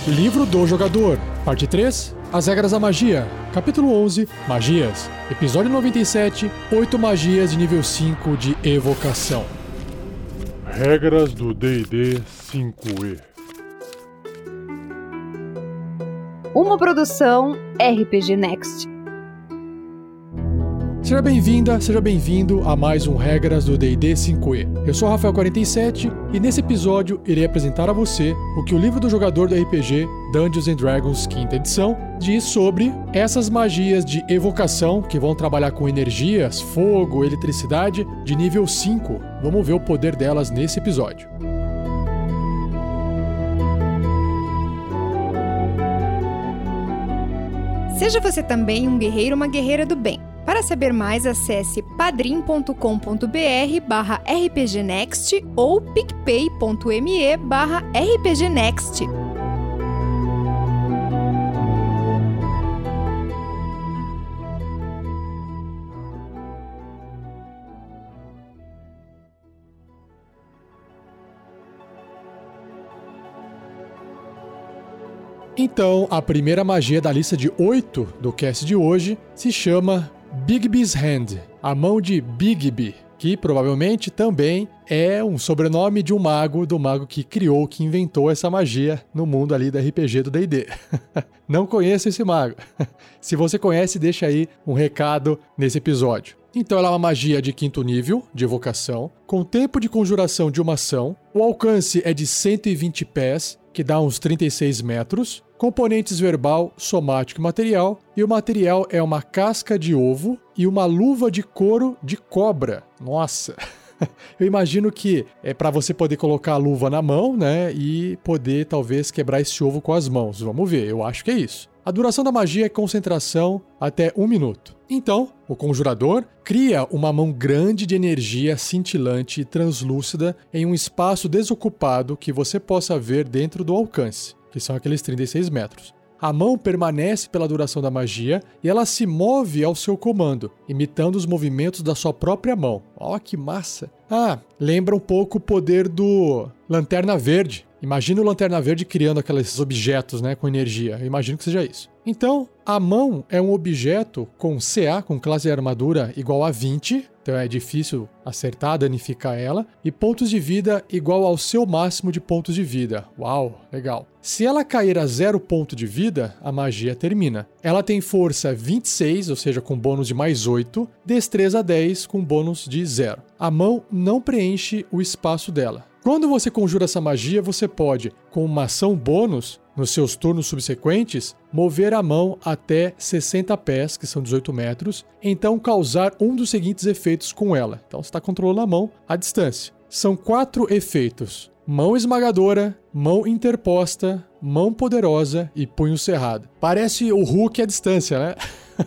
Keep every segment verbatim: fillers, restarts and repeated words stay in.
Livro do Jogador, Parte três, As Regras da Magia, Capítulo onze, Magias, Episódio noventa e sete, oito Magias de nível cinco de Evocação. Regras do D e D cinco E. Uma produção R P G Next. Seja bem-vinda, seja bem-vindo a mais um Regras do D e D cinco E. Eu sou o Rafael quarenta e sete e nesse episódio irei apresentar a você o que o Livro do Jogador do R P G Dungeons and Dragons quinta edição diz sobre essas magias de evocação que vão trabalhar com energias, fogo, eletricidade de nível cinco. Vamos ver o poder delas nesse episódio. Seja você também um guerreiro ou uma guerreira do bem. Para saber mais, acesse padrim.com.br barra rpgnext ou picpay.me barra rpgnext. Então, a primeira magia da lista de oito do cast de hoje se chama Bigby's Hand, a mão de Bigby, que provavelmente também é um sobrenome de um mago, do mago que criou, que inventou essa magia no mundo ali da R P G do D e D. Não conheço esse mago. Se você conhece, deixa aí um recado nesse episódio. Então ela é uma magia de quinto nível, de evocação, com tempo de conjuração de uma ação, o alcance é de cento e vinte pés, que dá uns trinta e seis metros, componentes verbal, somático e material, e o material é uma casca de ovo e uma luva de couro de cobra. Nossa! Eu imagino que é para você poder colocar a luva na mão, né, e poder talvez quebrar esse ovo com as mãos. Vamos ver, eu acho que é isso. A duração da magia é concentração até um minuto. Então, o conjurador cria uma mão grande de energia cintilante e translúcida em um espaço desocupado que você possa ver dentro do alcance, que são aqueles trinta e seis metros. A mão permanece pela duração da magia e ela se move ao seu comando, imitando os movimentos da sua própria mão. Ó, que massa! Ah, lembra um pouco o poder do Lanterna Verde. Imagina o Lanterna Verde criando aqueles objetos, né, com energia. Eu imagino que seja isso. Então, a mão é um objeto com C A, com classe de armadura igual a vinte, então é difícil acertar, danificar ela, e pontos de vida igual ao seu máximo de pontos de vida. Uau, legal. Se ela cair a zero ponto de vida, a magia termina. Ela tem força vinte e seis, ou seja, com bônus de mais oito, destreza dez, com bônus de zero. A mão não preenche o espaço dela. Quando você conjura essa magia, você pode, com uma ação bônus, nos seus turnos subsequentes, mover a mão até sessenta pés, que são dezoito metros, então causar um dos seguintes efeitos com ela. Então você está controlando a mão à distância. São quatro efeitos: mão esmagadora, mão interposta, mão poderosa e punho cerrado. Parece o Hulk à distância, né?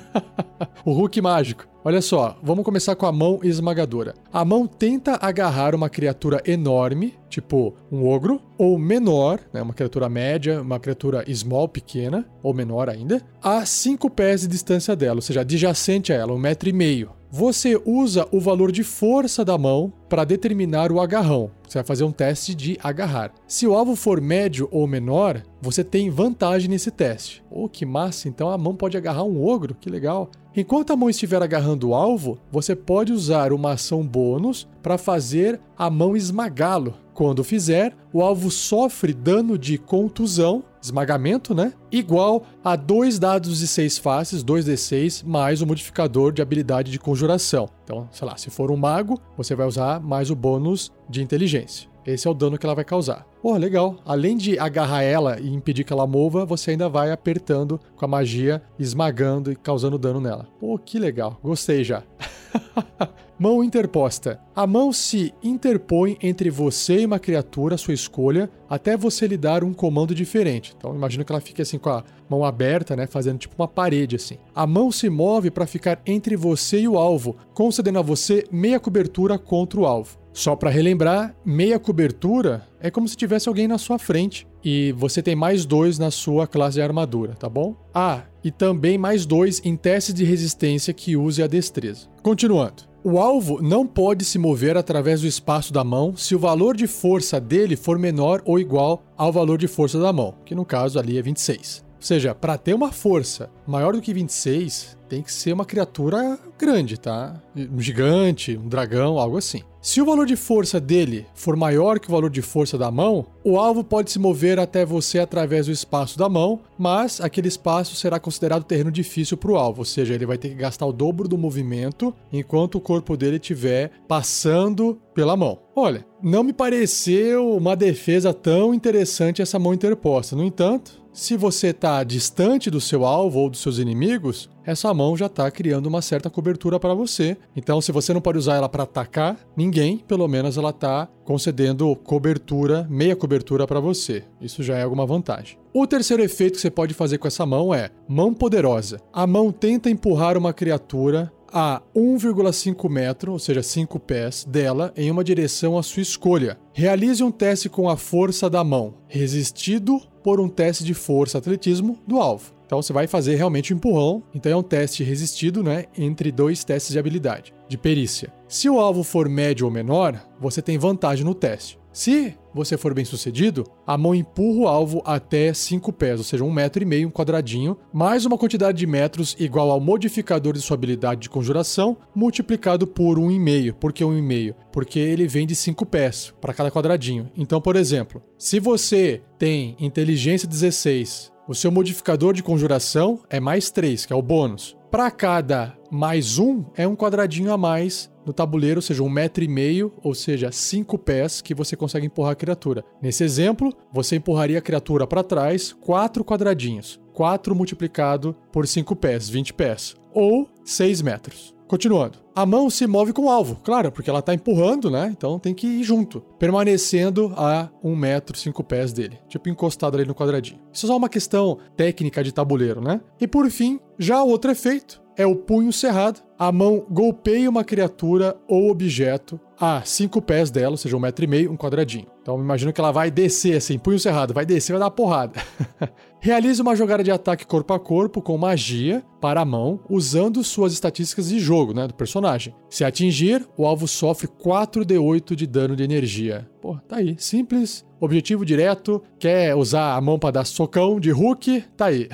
O Hulk mágico. Olha só, vamos começar com a mão esmagadora. A mão tenta agarrar uma criatura enorme, tipo um ogro, ou menor, né, uma criatura média, uma criatura small, pequena, ou menor ainda, a cinco pés de distância dela, ou seja, adjacente a ela, um metro e meio. Você usa o valor de força da mão para determinar o agarrão. Você vai fazer um teste de agarrar. Se o alvo for médio ou menor, você tem vantagem nesse teste. Oh, que massa! Então a mão pode agarrar um ogro, que legal! Enquanto a mão estiver agarrando o alvo, você pode usar uma ação bônus para fazer a mão esmagá-lo. Quando fizer, o alvo sofre dano de contusão, esmagamento, né? Igual a dois dados de seis faces, dois D seis, mais o modificador de habilidade de conjuração. Então, sei lá, se for um mago, você vai usar mais o bônus de inteligência. Esse é o dano que ela vai causar. Pô, legal. Além de agarrar ela e impedir que ela mova, você ainda vai apertando com a magia, esmagando e causando dano nela. Pô, que legal. Gostei já. Mão interposta. A mão se interpõe entre você e uma criatura, sua escolha, até você lhe dar um comando diferente. Então, imagina que ela fique assim com a mão aberta, né, fazendo tipo uma parede assim. A mão se move para ficar entre você e o alvo, concedendo a você meia cobertura contra o alvo. Só para relembrar, meia cobertura é como se tivesse alguém na sua frente e você tem mais dois na sua classe de armadura, tá bom? Ah, e também mais dois em testes de resistência que use a destreza. Continuando. O alvo não pode se mover através do espaço da mão se o valor de força dele for menor ou igual ao valor de força da mão, que no caso ali é vinte e seis. Ou seja, para ter uma força maior do que vinte e seis, tem que ser uma criatura grande, tá? Um gigante, um dragão, algo assim. Se o valor de força dele for maior que o valor de força da mão, o alvo pode se mover até você através do espaço da mão, mas aquele espaço será considerado terreno difícil para o alvo, ou seja, ele vai ter que gastar o dobro do movimento enquanto o corpo dele estiver passando pela mão. Olha, não me pareceu uma defesa tão interessante essa mão interposta. No entanto, se você está distante do seu alvo ou dos seus inimigos, essa mão já está criando uma certa cobertura para você. Então, se você não pode usar ela para atacar ninguém, pelo menos ela está concedendo cobertura, meia cobertura para você. Isso já é alguma vantagem. O terceiro efeito que você pode fazer com essa mão é mão poderosa. A mão tenta empurrar uma criatura a um vírgula cinco metro, ou seja, cinco pés, dela em uma direção à sua escolha. Realize um teste com a força da mão, resistido por um teste de força atletismo do alvo. Então você vai fazer realmente um empurrão, então é um teste resistido, né, entre dois testes de habilidade, de perícia. Se o alvo for médio ou menor, você tem vantagem no teste. Se você for bem sucedido, a mão empurra o alvo até cinco pés, ou seja, um metro e meio, um quadradinho, mais uma quantidade de metros igual ao modificador de sua habilidade de conjuração, multiplicado por um vírgula cinco. Por que um vírgula cinco? Porque ele vem de cinco pés para cada quadradinho. Então, por exemplo, se você tem inteligência dezesseis, o seu modificador de conjuração é mais três, que é o bônus. Para cada mais um, é um quadradinho a mais no tabuleiro, ou seja, um metro e meio, ou seja, cinco pés que você consegue empurrar a criatura. Nesse exemplo, você empurraria a criatura para trás quatro quadradinhos. quatro multiplicado por cinco pés, vinte pés. Ou seis metros. Continuando. A mão se move com o alvo, claro, porque ela está empurrando, né? Então tem que ir junto, permanecendo a um metro, cinco pés dele. Tipo encostado ali no quadradinho. Isso é só uma questão técnica de tabuleiro, né? E por fim, já o outro efeito é o punho cerrado. A mão golpeia uma criatura ou objeto a cinco pés dela, ou seja, um metro e meio, um quadradinho. Então imagino que ela vai descer assim, punho cerrado, vai descer, vai dar uma porrada. Realize uma jogada de ataque corpo a corpo com magia para a mão, usando suas estatísticas de jogo, né, do personagem. Se atingir, o alvo sofre quatro d oito de dano de energia. Pô, tá aí, simples, objetivo direto, quer usar a mão para dar socão de Hulk, tá aí.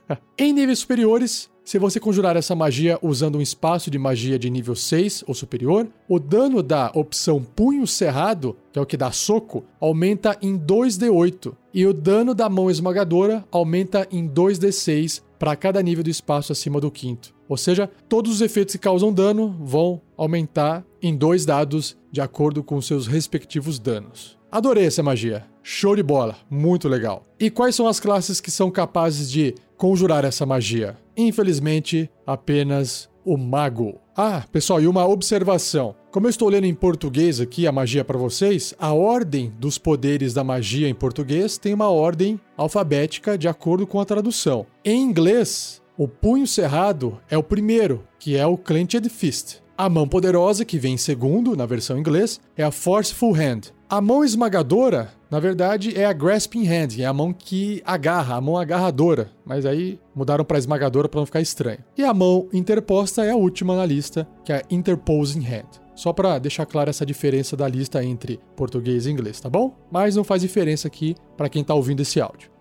Em níveis superiores, se você conjurar essa magia usando um espaço de magia de nível seis ou superior, o dano da opção punho cerrado, que é o que dá soco, aumenta em dois d oito, e o dano da mão esmagadora aumenta em dois d seis para cada nível do espaço acima do quinto. Ou seja, todos os efeitos que causam dano vão aumentar em dois dados de acordo com seus respectivos danos. Adorei essa magia. Show de bola. Muito legal. E quais são as classes que são capazes de conjurar essa magia? Infelizmente, apenas o mago. Ah, pessoal, e uma observação. Como eu estou lendo em português aqui a magia para vocês, a ordem dos poderes da magia em português tem uma ordem alfabética de acordo com a tradução. Em inglês, o punho cerrado é o primeiro, que é o Clenched Fist. A mão poderosa, que vem em segundo na versão em inglês, é a Forceful Hand. A mão esmagadora, na verdade, é a Grasping Hand, é a mão que agarra, a mão agarradora. Mas aí mudaram para esmagadora para não ficar estranho. E a mão interposta é a última na lista, que é a Interposing Hand. Só para deixar clara essa diferença da lista entre português e inglês, tá bom? Mas não faz diferença aqui para quem está ouvindo esse áudio.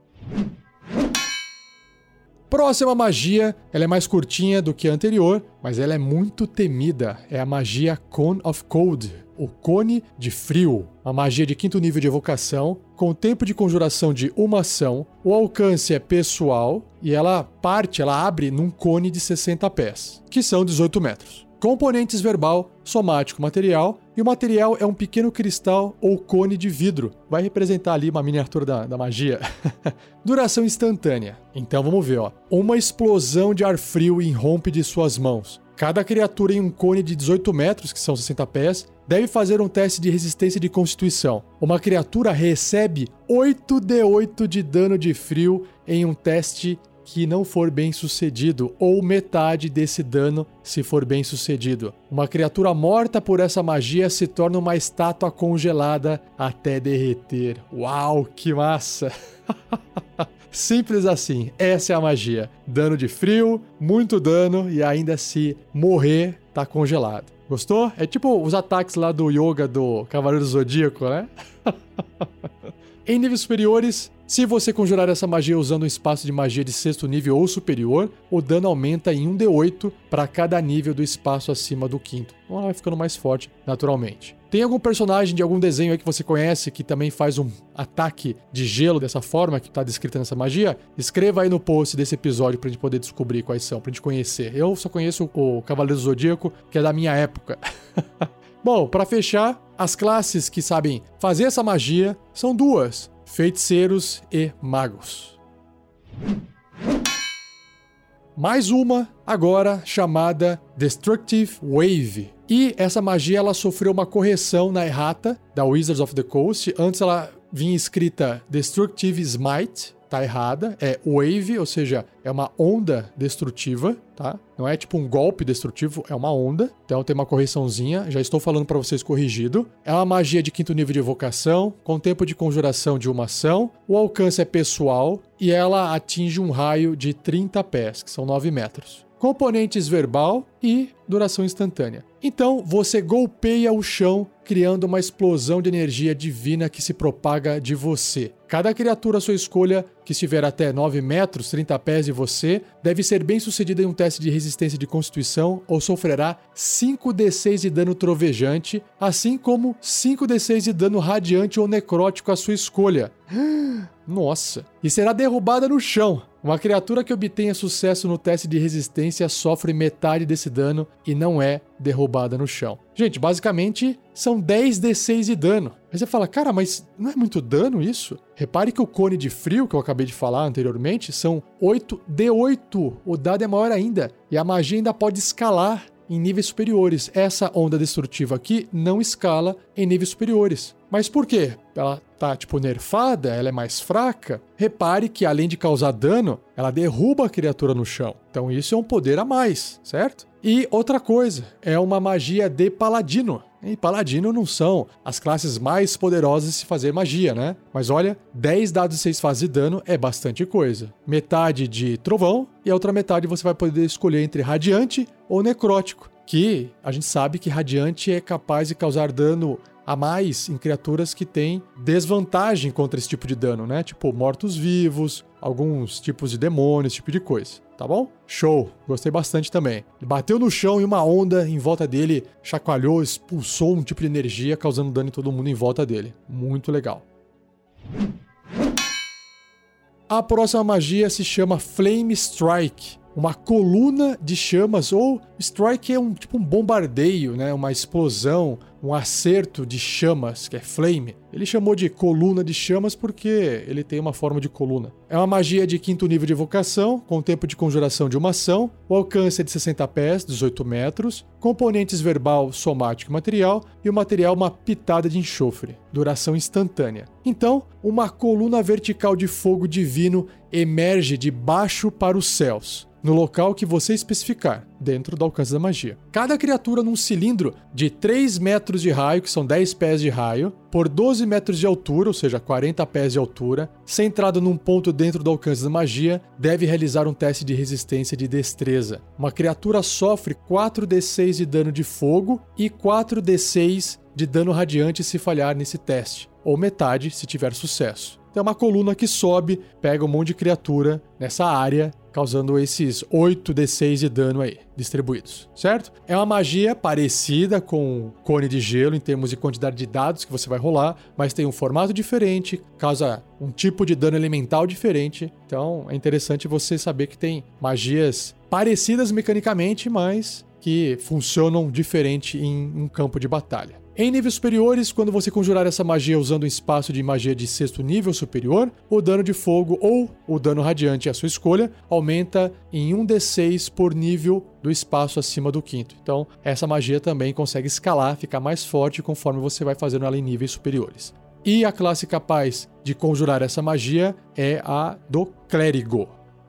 Próxima magia, ela é mais curtinha do que a anterior, mas ela é muito temida. É a magia Cone of Cold, o Cone de Frio. Uma magia de quinto nível de evocação, com tempo de conjuração de uma ação, o alcance é pessoal e ela parte, ela abre num cone de sessenta pés, que são dezoito metros. Componentes verbal, somático, material, e o material é um pequeno cristal ou cone de vidro. Vai representar ali uma miniatura da, da magia. Duração instantânea. Então vamos ver, ó. Uma explosão de ar frio irrompe de suas mãos. Cada criatura em um cone de dezoito metros, que são sessenta pés, deve fazer um teste de resistência de constituição. Uma criatura recebe oito d oito de dano de frio em um teste que não for bem sucedido, ou metade desse dano se for bem sucedido. Uma criatura morta por essa magia se torna uma estátua congelada até derreter. Uau, que massa! Simples assim, essa é a magia. Dano de frio, muito dano e ainda se morrer, tá congelado. Gostou? É tipo os ataques lá do yoga do Cavaleiro do Zodíaco, né? Em níveis superiores, se você conjurar essa magia usando um espaço de magia de sexto nível ou superior, o dano aumenta em um D oito para cada nível do espaço acima do quinto. Então ela vai ficando mais forte, naturalmente. Tem algum personagem de algum desenho aí que você conhece que também faz um ataque de gelo dessa forma que está descrita nessa magia? Escreva aí no post desse episódio pra gente poder descobrir quais são, pra gente conhecer. Eu só conheço o Cavaleiro do Zodíaco, que é da minha época. Bom, para fechar, as classes que sabem fazer essa magia são duas: feiticeiros e magos. Mais uma agora chamada Destructive Wave. E essa magia ela sofreu uma correção na errata da Wizards of the Coast. Antes ela vinha escrita Destructive Smite, tá errada. É Wave, ou seja, é uma onda destrutiva, tá? Não é tipo um golpe destrutivo, é uma onda. Então tem uma correçãozinha, já estou falando para vocês corrigido. É uma magia de quinto nível de evocação, com tempo de conjuração de uma ação. O alcance é pessoal e ela atinge um raio de trinta pés, que são nove metros. Componentes verbal e duração instantânea. Então, você golpeia o chão, criando uma explosão de energia divina que se propaga de você. Cada criatura à sua escolha, que estiver até nove metros, trinta pés de você, deve ser bem sucedida em um teste de resistência de constituição ou sofrerá cinco D seis de dano trovejante, assim como cinco D seis de dano radiante ou necrótico à sua escolha. Nossa! E será derrubada no chão. Uma criatura que obtenha sucesso no teste de resistência sofre metade desse dano e não é derrubada no chão. Gente, basicamente são dez D seis de dano. Aí você fala, cara, mas não é muito dano isso? Repare que o cone de frio, que eu acabei de falar anteriormente, são oito D oito. O dado é maior ainda. E a magia ainda pode escalar em níveis superiores. Essa onda destrutiva aqui não escala em níveis superiores. Mas por quê? Ela tá, tipo, nerfada? Ela é mais fraca? Repare que, além de causar dano, ela derruba a criatura no chão. Então isso é um poder a mais, certo? E outra coisa, é uma magia de paladino. E paladino não são as classes mais poderosas de se fazer magia, né? Mas olha, dez dados de seis fases de dano é bastante coisa. Metade de trovão e a outra metade você vai poder escolher entre radiante ou necrótico. Que a gente sabe que radiante é capaz de causar dano a mais em criaturas que têm desvantagem contra esse tipo de dano, né? Tipo mortos-vivos, alguns tipos de demônios, esse tipo de coisa. Tá bom? Show! Gostei bastante também. Ele bateu no chão e uma onda em volta dele chacoalhou, expulsou um tipo de energia, causando dano em todo mundo em volta dele. Muito legal. A próxima magia se chama Flame Strike. Uma coluna de chamas, ou strike é um tipo um bombardeio, né? Uma explosão, um acerto de chamas, que é flame. Ele chamou de coluna de chamas porque ele tem uma forma de coluna. É uma magia de quinto nível de evocação, com tempo de conjuração de uma ação. O alcance é de sessenta pés, dezoito metros. Componentes verbal, somático e material. E o material uma pitada de enxofre. Duração instantânea. Então, uma coluna vertical de fogo divino emerge de baixo para os céus, no local que você especificar, dentro do alcance da magia. Cada criatura num cilindro de três metros de raio, que são dez pés de raio, por doze metros de altura, ou seja, quarenta pés de altura, centrado num ponto dentro do alcance da magia, deve realizar um teste de resistência de destreza. Uma criatura sofre quatro D seis de dano de fogo e quatro D seis de dano radiante se falhar nesse teste, ou metade se tiver sucesso. Tem uma coluna que sobe, pega um monte de criatura nessa área, causando esses oito D seis de dano aí, distribuídos, certo? É uma magia parecida com cone de gelo em termos de quantidade de dados que você vai rolar, mas tem um formato diferente, causa um tipo de dano elemental diferente. Então é interessante você saber que tem magias parecidas mecanicamente, mas que funcionam diferente em um campo de batalha. Em níveis superiores, quando você conjurar essa magia usando um espaço de magia de sexto nível superior, o dano de fogo ou o dano radiante à sua escolha aumenta em um D seis por nível do espaço acima do quinto. Então, essa magia também consegue escalar, ficar mais forte conforme você vai fazendo ela em níveis superiores. E a classe capaz de conjurar essa magia é a do Clérigo.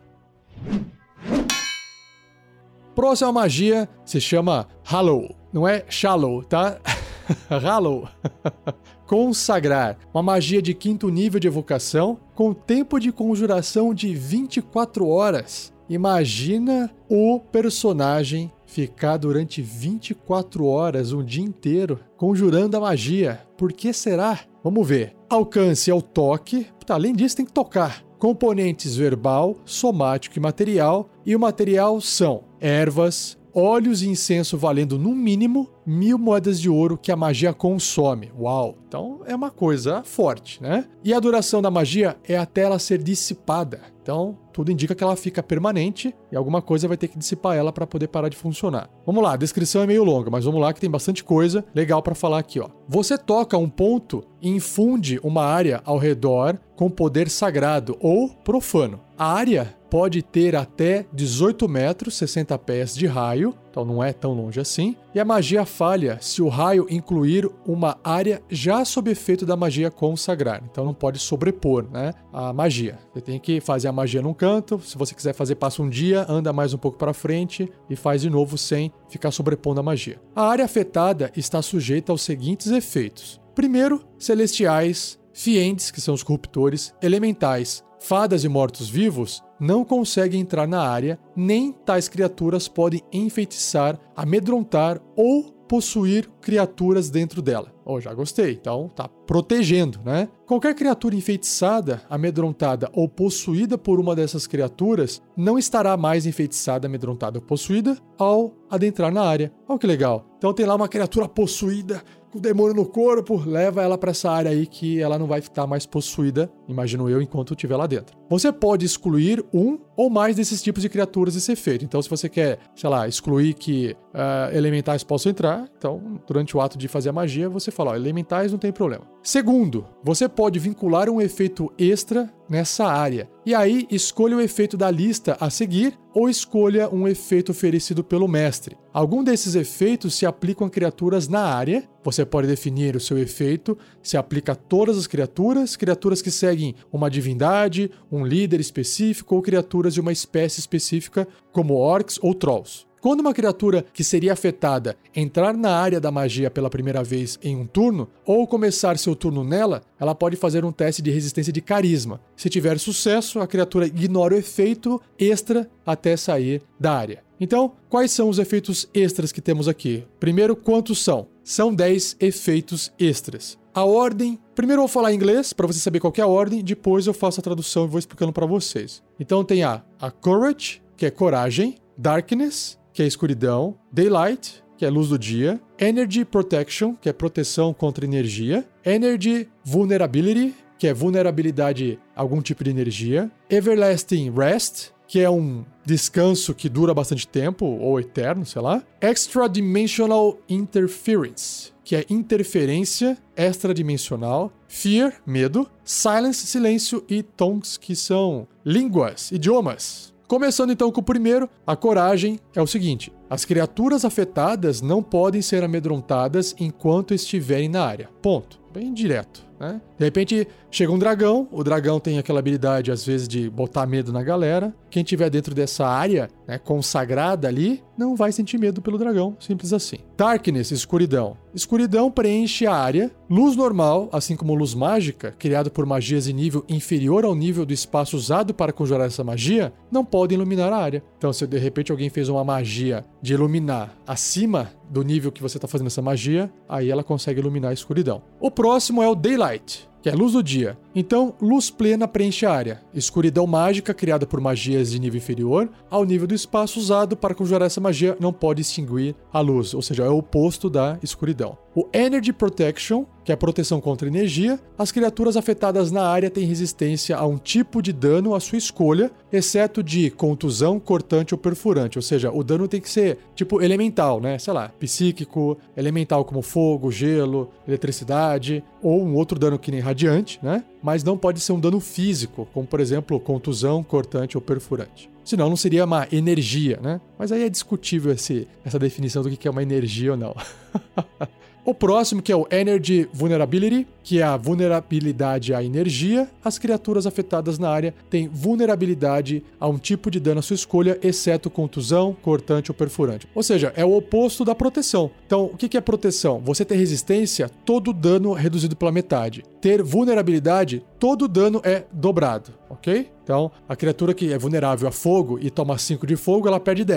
Próxima magia se chama Hallow. Não é Shallow, tá? Hallow. Consagrar. Uma magia de quinto nível de evocação com tempo de conjuração de vinte e quatro horas. Imagina o personagem ficar durante vinte e quatro horas, um dia inteiro, conjurando a magia. Por que será? Vamos ver. Alcance é o toque. Tá, além disso, tem que tocar. Componentes verbal, somático e material. E o material são ervas, óleos e incenso valendo no mínimo mil moedas de ouro que a magia consome. Uau! Então é uma coisa forte, né? E a duração da magia é até ela ser dissipada. Então tudo indica que ela fica permanente e alguma coisa vai ter que dissipar ela para poder parar de funcionar. Vamos lá, a descrição é meio longa, mas vamos lá que tem bastante coisa legal para falar aqui, ó. Você toca um ponto e infunde uma área ao redor com poder sagrado ou profano. A área pode ter até dezoito metros, sessenta pés de raio, então não é tão longe assim, e a magia falha se o raio incluir uma área já sob efeito da magia consagrar, então não pode sobrepor, né, a magia. Você tem que fazer a magia num canto, se você quiser fazer, passa um dia, anda mais um pouco para frente e faz de novo sem ficar sobrepondo a magia. A área afetada está sujeita aos seguintes efeitos. Primeiro, celestiais, fiendes, que são os corruptores, elementais, fadas e mortos-vivos não conseguem entrar na área, nem tais criaturas podem enfeitiçar, amedrontar ou possuir criaturas dentro dela. Oh, já gostei. Então, tá protegendo, né? Qualquer criatura enfeitiçada, amedrontada ou possuída por uma dessas criaturas não estará mais enfeitiçada, amedrontada ou possuída ao adentrar na área. Olha que legal. Então tem lá uma criatura possuída com o demônio no corpo, leva ela para essa área aí que ela não vai estar mais possuída, imagino eu, enquanto estiver lá dentro. Você pode excluir um ou mais desses tipos de criaturas desse efeito. Então, se você quer, sei lá, excluir que uh, elementais possam entrar, então, durante o ato de fazer a magia, você fala, ó, elementais não tem problema. Segundo, você pode vincular um efeito extra nessa área. E aí, escolha o efeito da lista a seguir ou escolha um efeito oferecido pelo mestre. Algum desses efeitos se aplicam a criaturas na área. Você pode definir o seu efeito, se aplica a todas as criaturas, criaturas que seguem uma divindade, um líder específico ou criaturas de uma espécie específica, como orcs ou trolls. Quando uma criatura que seria afetada entrar na área da magia pela primeira vez em um turno, ou começar seu turno nela, ela pode fazer um teste de resistência de carisma. Se tiver sucesso, a criatura ignora o efeito extra até sair da área. Então, quais são os efeitos extras que temos aqui? Primeiro, quantos são? São dez efeitos extras. A ordem... Primeiro eu vou falar em inglês, para você saber qual que é a ordem, depois eu faço a tradução e vou explicando para vocês. Então tem a, a Courage, que é coragem, Darkness, que é escuridão, Daylight, que é luz do dia, Energy Protection, que é proteção contra energia, Energy Vulnerability, que é vulnerabilidade a algum tipo de energia, Everlasting Rest, que é um descanso que dura bastante tempo, ou eterno, sei lá, Extra Dimensional Interference, que é interferência extradimensional, Fear, medo, Silence, silêncio e Tongues, que são línguas, idiomas. Começando então com o primeiro, a coragem é o seguinte: as criaturas afetadas não podem ser amedrontadas enquanto estiverem na área. Ponto. Bem direto, né? De repente chega um dragão, o dragão tem aquela habilidade às vezes de botar medo na galera. Quem estiver dentro dessa área, né, consagrada ali, não vai sentir medo pelo dragão, simples assim. Darkness, escuridão. Escuridão preenche a área. Luz normal, assim como luz mágica, criada por magias em nível inferior ao nível do espaço usado para conjurar essa magia, não podem iluminar a área. Então, se de repente alguém fez uma magia de iluminar acima do nível que você está fazendo essa magia, aí ela consegue iluminar a escuridão. O próximo é o Daylight, que é luz do dia. Então, luz plena preenche a área. Escuridão mágica criada por magias de nível inferior ao nível do espaço usado para conjurar essa magia não pode extinguir a luz, ou seja, é o oposto da escuridão. O Energy Protection, que é a proteção contra energia. As criaturas afetadas na área têm resistência a um tipo de dano à sua escolha, exceto de contusão, cortante ou perfurante. Ou seja, o dano tem que ser tipo elemental, né? Sei lá, psíquico, elemental como fogo, gelo, eletricidade, ou um outro dano que nem radiante, né? Mas não pode ser um dano físico, como por exemplo, contusão, cortante ou perfurante. Senão não seria uma energia, né? Mas aí é discutível esse, essa definição do que é uma energia ou não. O próximo, que é o Energy Vulnerability, que é a vulnerabilidade à energia. As criaturas afetadas na área têm vulnerabilidade a um tipo de dano à sua escolha, exceto contusão, cortante ou perfurante. Ou seja, é o oposto da proteção. Então, o que é proteção? Você ter resistência, todo dano é reduzido pela metade. Ter vulnerabilidade, todo dano é dobrado, ok? Então, a criatura que é vulnerável a fogo e toma cinco de fogo, ela perde dez.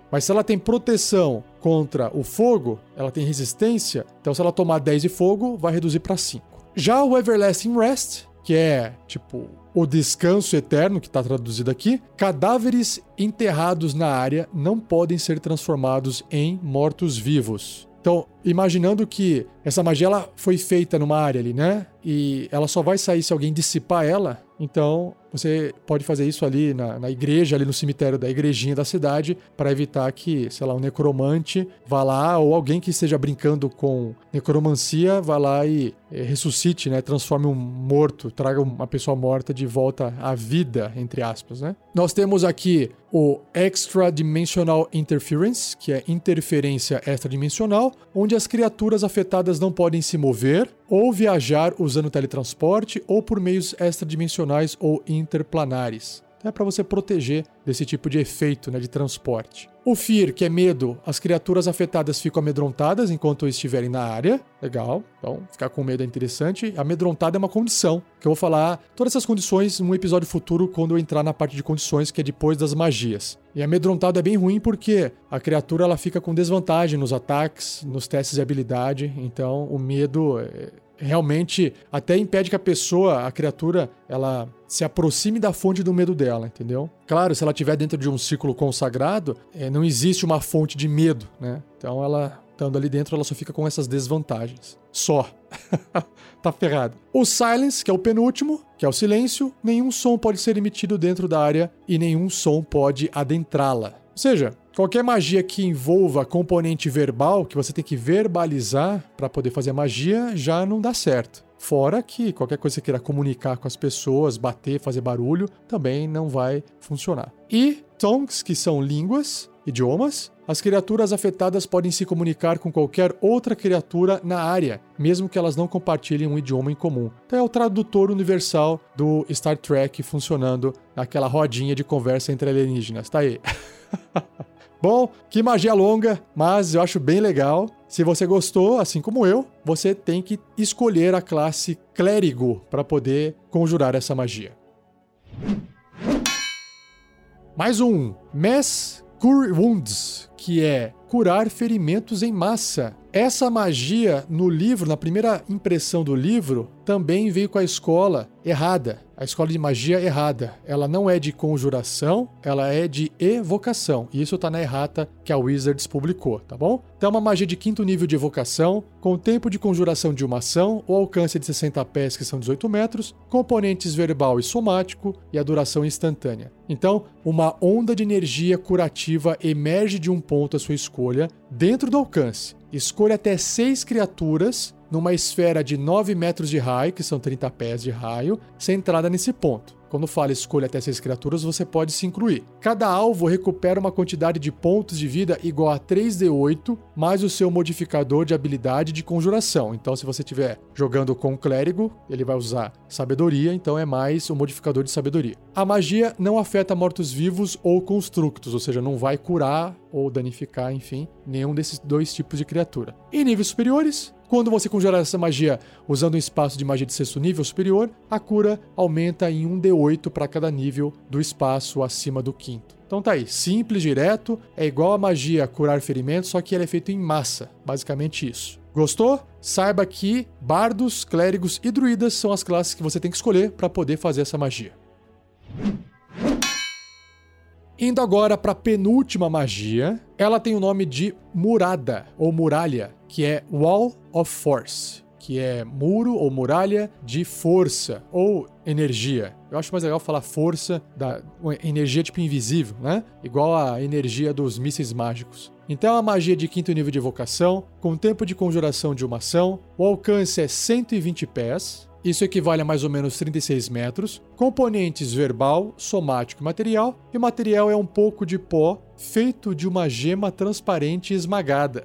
Mas se ela tem proteção contra o fogo, ela tem resistência, então se ela tomar dez de fogo, vai reduzir para cinco. Já o Everlasting Rest, que é tipo o descanso eterno, que está traduzido aqui, cadáveres enterrados na área não podem ser transformados em mortos-vivos. Então, imaginando que essa magia ela foi feita numa área ali, né? E ela só vai sair se alguém dissipar ela. Então, você pode fazer isso ali na, na igreja, ali no cemitério da igrejinha da cidade, para evitar que, sei lá, um necromante vá lá, ou alguém que esteja brincando com necromancia, vá lá e é, ressuscite, né? Transforme um morto, traga uma pessoa morta de volta à vida, entre aspas, né? Nós temos aqui o Extra Dimensional Interference, que é interferência extradimensional, onde as criaturas afetadas não podem se mover ou viajar usando teletransporte ou por meios extradimensionais ou interplanares. Então é para você proteger desse tipo de efeito, né, de transporte. O Fear, que é medo, as criaturas afetadas ficam amedrontadas enquanto estiverem na área. Legal, então ficar com medo é interessante. Amedrontada é uma condição, que eu vou falar todas essas condições num episódio futuro quando eu entrar na parte de condições, que é depois das magias. E amedrontado é bem ruim porque a criatura ela fica com desvantagem nos ataques, nos testes de habilidade, então o medo é... realmente até impede que a pessoa, a criatura, ela se aproxime da fonte do medo dela, entendeu? Claro, se ela estiver dentro de um círculo consagrado, é, não existe uma fonte de medo, né? Então ela, estando ali dentro, ela só fica com essas desvantagens. Só. Tá ferrado. O Silence, que é o penúltimo, que é o silêncio, nenhum som pode ser emitido dentro da área e nenhum som pode adentrá-la. Ou seja, qualquer magia que envolva componente verbal, que você tem que verbalizar para poder fazer a magia, já não dá certo. Fora que qualquer coisa que você queira comunicar com as pessoas, bater, fazer barulho, também não vai funcionar. E tongues, que são línguas, idiomas. As criaturas afetadas podem se comunicar com qualquer outra criatura na área, mesmo que elas não compartilhem um idioma em comum. Então é o tradutor universal do Star Trek funcionando naquela rodinha de conversa entre alienígenas. Tá aí. Bom, que magia longa, mas eu acho bem legal. Se você gostou, assim como eu, você tem que escolher a classe Clérigo para poder conjurar essa magia. Mais um, Mass Cure Wounds, que é curar ferimentos em massa. Essa magia, no livro, na primeira impressão do livro, também veio com a escola errada. A escola de magia errada. Ela não é de conjuração, ela é de evocação. E isso tá na errata que a Wizards publicou, tá bom? Então é uma magia de quinto nível de evocação, com tempo de conjuração de uma ação, o alcance de sessenta pés, que são dezoito metros, componentes verbal e somático e a duração instantânea. Então, uma onda de energia curativa emerge de um ponto à sua escolha, dentro do alcance. Escolha até seis criaturas numa esfera de nove metros de raio, que são trinta pés de raio, centrada nesse ponto. Quando fala escolha até seis criaturas, você pode se incluir. Cada alvo recupera uma quantidade de pontos de vida igual a três D oito, mais o seu modificador de habilidade de conjuração. Então, se você estiver jogando com o clérigo, ele vai usar sabedoria, então é mais o modificador de sabedoria. A magia não afeta mortos-vivos ou constructos, ou seja, não vai curar ou danificar, enfim, nenhum desses dois tipos de criatura. Em níveis superiores, quando você conjurar essa magia usando um espaço de magia de sexto nível superior, a cura aumenta em um D oito para cada nível do espaço acima do quinto. Então tá aí, simples, direto, é igual a magia curar ferimentos, só que ela é feita em massa, basicamente isso. Gostou? Saiba que bardos, clérigos e druidas são as classes que você tem que escolher para poder fazer essa magia. Indo agora para a penúltima magia, ela tem o nome de Murada, ou Muralha, que é Wall of Force, que é muro ou muralha de força, ou energia. Eu acho mais legal falar força, da energia tipo invisível, né? Igual a energia dos mísseis mágicos. Então é uma magia de quinto nível de evocação, com tempo de conjuração de uma ação, o alcance é cento e vinte pés, isso equivale a mais ou menos trinta e seis metros, componentes verbal, somático e material, e o material é um pouco de pó feito de uma gema transparente esmagada.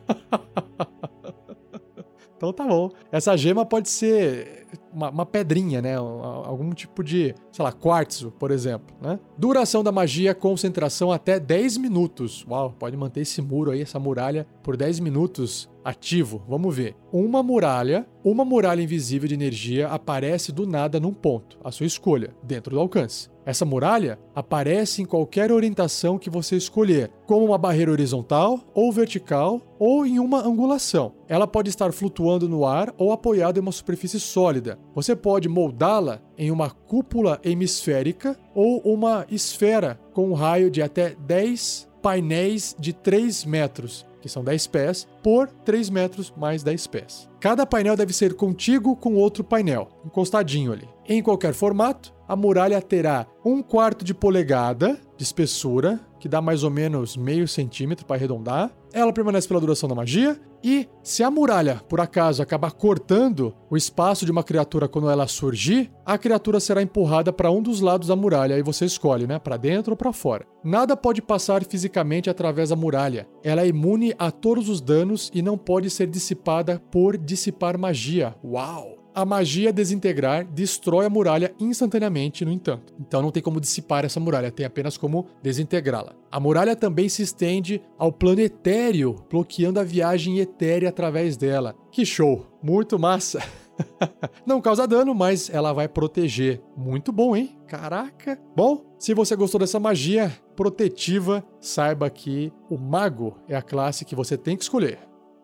Então tá bom. Essa gema pode ser uma, uma pedrinha, né? Algum tipo de, sei lá, quartzo, por exemplo, né? Duração da magia, concentração até dez minutos. Uau, pode manter esse muro aí, essa muralha, por dez minutos ativo. Vamos ver. Uma muralha, uma muralha invisível de energia aparece do nada num ponto, a sua escolha, dentro do alcance. Essa muralha aparece em qualquer orientação que você escolher, como uma barreira horizontal ou vertical ou em uma angulação. Ela pode estar flutuando no ar ou apoiada em uma superfície sólida. Você pode moldá-la em uma cúpula hemisférica ou uma esfera com um raio de até dez painéis de três metros, que são dez pés, por três metros mais dez pés. Cada painel deve ser contíguo com outro painel, encostadinho ali. Em qualquer formato, a muralha terá um quarto de polegada de espessura, que dá mais ou menos meio centímetro para arredondar. Ela permanece pela duração da magia. E se a muralha, por acaso, acabar cortando o espaço de uma criatura quando ela surgir, a criatura será empurrada para um dos lados da muralha. Aí você escolhe, né? Para dentro ou para fora. Nada pode passar fisicamente através da muralha. Ela é imune a todos os danos e não pode ser dissipada por dissipar magia. Uau! A magia desintegrar destrói a muralha instantaneamente, no entanto. Então não tem como dissipar essa muralha, tem apenas como desintegrá-la. A muralha também se estende ao plano etéreo, bloqueando a viagem etérea através dela. Que show! Muito massa! Não causa dano, mas ela vai proteger. Muito bom, hein? Caraca! Bom, se você gostou dessa magia protetiva, saiba que o Mago é a classe que você tem que escolher.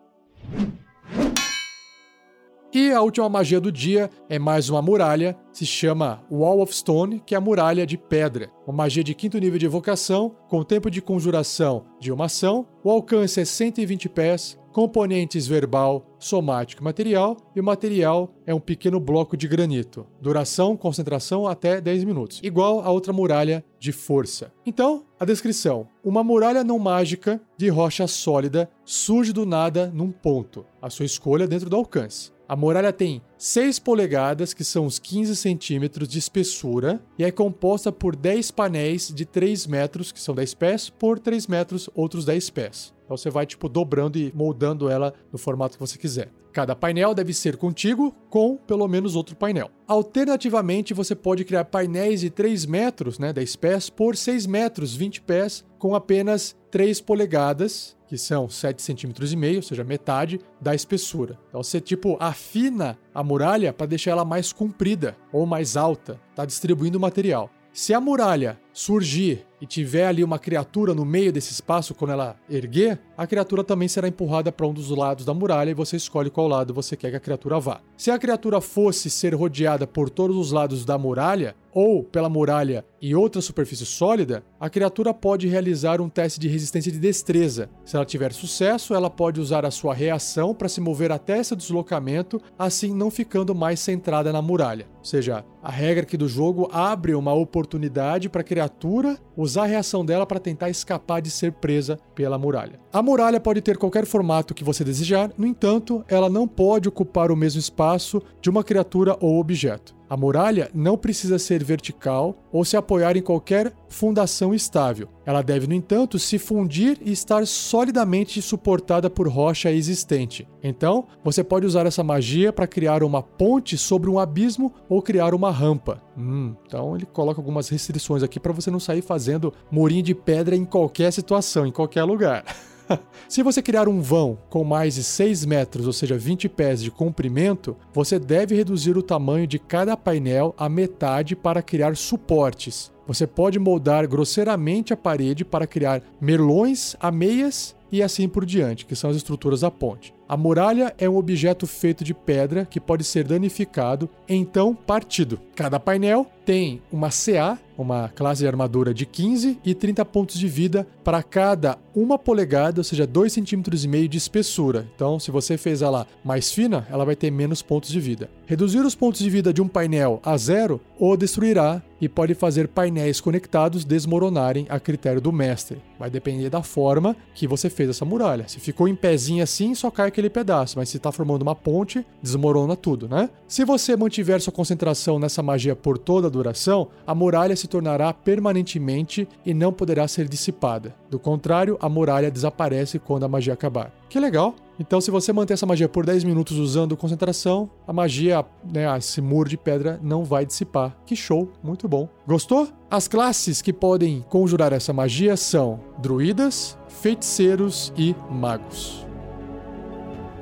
E a última magia do dia é mais uma muralha, se chama Wall of Stone, que é a muralha de pedra. Uma magia de quinto nível de evocação, com tempo de conjuração de uma ação, o alcance é cento e vinte pés, componentes verbal, somático e material, e o material é um pequeno bloco de granito. Duração, concentração até dez minutos, igual a outra muralha de força. Então, a descrição. Uma muralha não mágica de rocha sólida surge do nada num ponto, a sua escolha dentro do alcance. A muralha tem seis polegadas, que são os quinze centímetros de espessura, e é composta por dez painéis de três metros, que são dez pés, por três metros, outros dez pés. Então você vai tipo dobrando e moldando ela no formato que você quiser. Cada painel deve ser contíguo com pelo menos outro painel. Alternativamente, você pode criar painéis de três metros, né, dez pés, por seis metros, vinte pés, com apenas três polegadas, que são sete centímetros e meio, ou seja, metade da espessura. Então você tipo afina a muralha para deixar ela mais comprida ou mais alta, tá distribuindo o material. Se a muralha surgir e tiver ali uma criatura no meio desse espaço, quando ela erguer, a criatura também será empurrada para um dos lados da muralha e você escolhe qual lado você quer que a criatura vá. Se a criatura fosse ser rodeada por todos os lados da muralha, ou pela muralha e outra superfície sólida, a criatura pode realizar um teste de resistência de destreza. Se ela tiver sucesso, ela pode usar a sua reação para se mover até esse deslocamento, assim não ficando mais centrada na muralha. Ou seja, a regra aqui do jogo abre uma oportunidade para a criatura usar a reação dela para tentar escapar de ser presa pela muralha. A muralha pode ter qualquer formato que você desejar, no entanto, ela não pode ocupar o mesmo espaço de uma criatura ou objeto. A muralha não precisa ser vertical ou se apoiar em qualquer fundação estável. Ela deve, no entanto, se fundir e estar solidamente suportada por rocha existente. Então, você pode usar essa magia para criar uma ponte sobre um abismo ou criar uma rampa. Hum, então ele coloca algumas restrições aqui para você não sair fazendo murinho de pedra em qualquer situação, em qualquer lugar. Se você criar um vão com mais de seis metros, ou seja, vinte pés de comprimento, você deve reduzir o tamanho de cada painel à metade para criar suportes. Você pode moldar grosseiramente a parede para criar merlões, ameias e assim por diante, que são as estruturas da ponte. A muralha é um objeto feito de pedra que pode ser danificado, então partido. Cada painel tem uma C A, uma classe de armadura de quinze e trinta pontos de vida para cada uma polegada, ou seja, dois centímetros e meio de espessura. Então, se você fez ela mais fina, ela vai ter menos pontos de vida. Reduzir os pontos de vida de um painel a zero o destruirá e pode fazer painéis conectados desmoronarem a critério do mestre. Vai depender da forma que você fez essa muralha. Se ficou em pezinho assim, só cai aquele pedaço, mas se está formando uma ponte, desmorona tudo, né? Se você mantiver sua concentração nessa magia por toda a duração, a muralha se tornará permanentemente e não poderá ser dissipada. Do contrário, a muralha desaparece quando a magia acabar. Que legal! Então, se você manter essa magia por dez minutos usando concentração, a magia, né, esse muro de pedra não vai dissipar. Que show! Muito bom. Gostou? As classes que podem conjurar essa magia são druidas, feiticeiros e magos.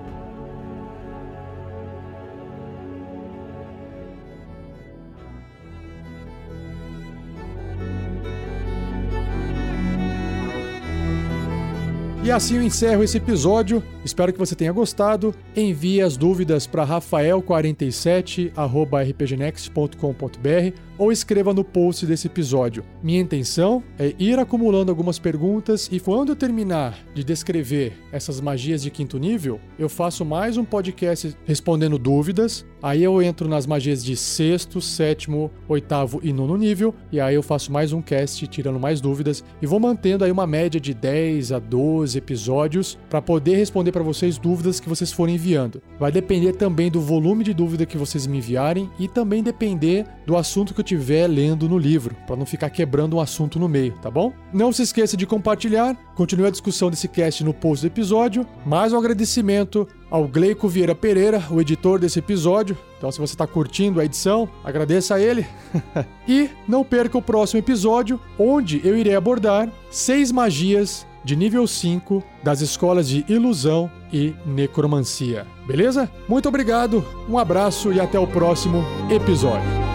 E assim eu encerro esse episódio. Espero que você tenha gostado. Envie as dúvidas para rafael quarenta e sete arroba r p g next ponto com ponto b r ou escreva no post desse episódio. Minha intenção é ir acumulando algumas perguntas e quando eu terminar de descrever essas magias de quinto nível, eu faço mais um podcast respondendo dúvidas. Aí eu entro nas magias de sexto, sétimo, oitavo e nono nível e aí eu faço mais um cast tirando mais dúvidas e vou mantendo aí uma média de dez a doze episódios para poder responder para vocês dúvidas que vocês forem enviando. Vai depender também do volume de dúvida que vocês me enviarem e também depender do assunto que eu estiver lendo no livro, para não ficar quebrando um assunto no meio, tá bom? Não se esqueça de compartilhar, continue a discussão desse cast no post do episódio. Mais um agradecimento ao Gleico Vieira Pereira, o editor desse episódio. Então, se você está curtindo a edição, agradeça a ele. E não perca o próximo episódio, onde eu irei abordar seis magias de nível cinco das escolas de ilusão e necromancia. Beleza? Muito obrigado, um abraço e até o próximo episódio.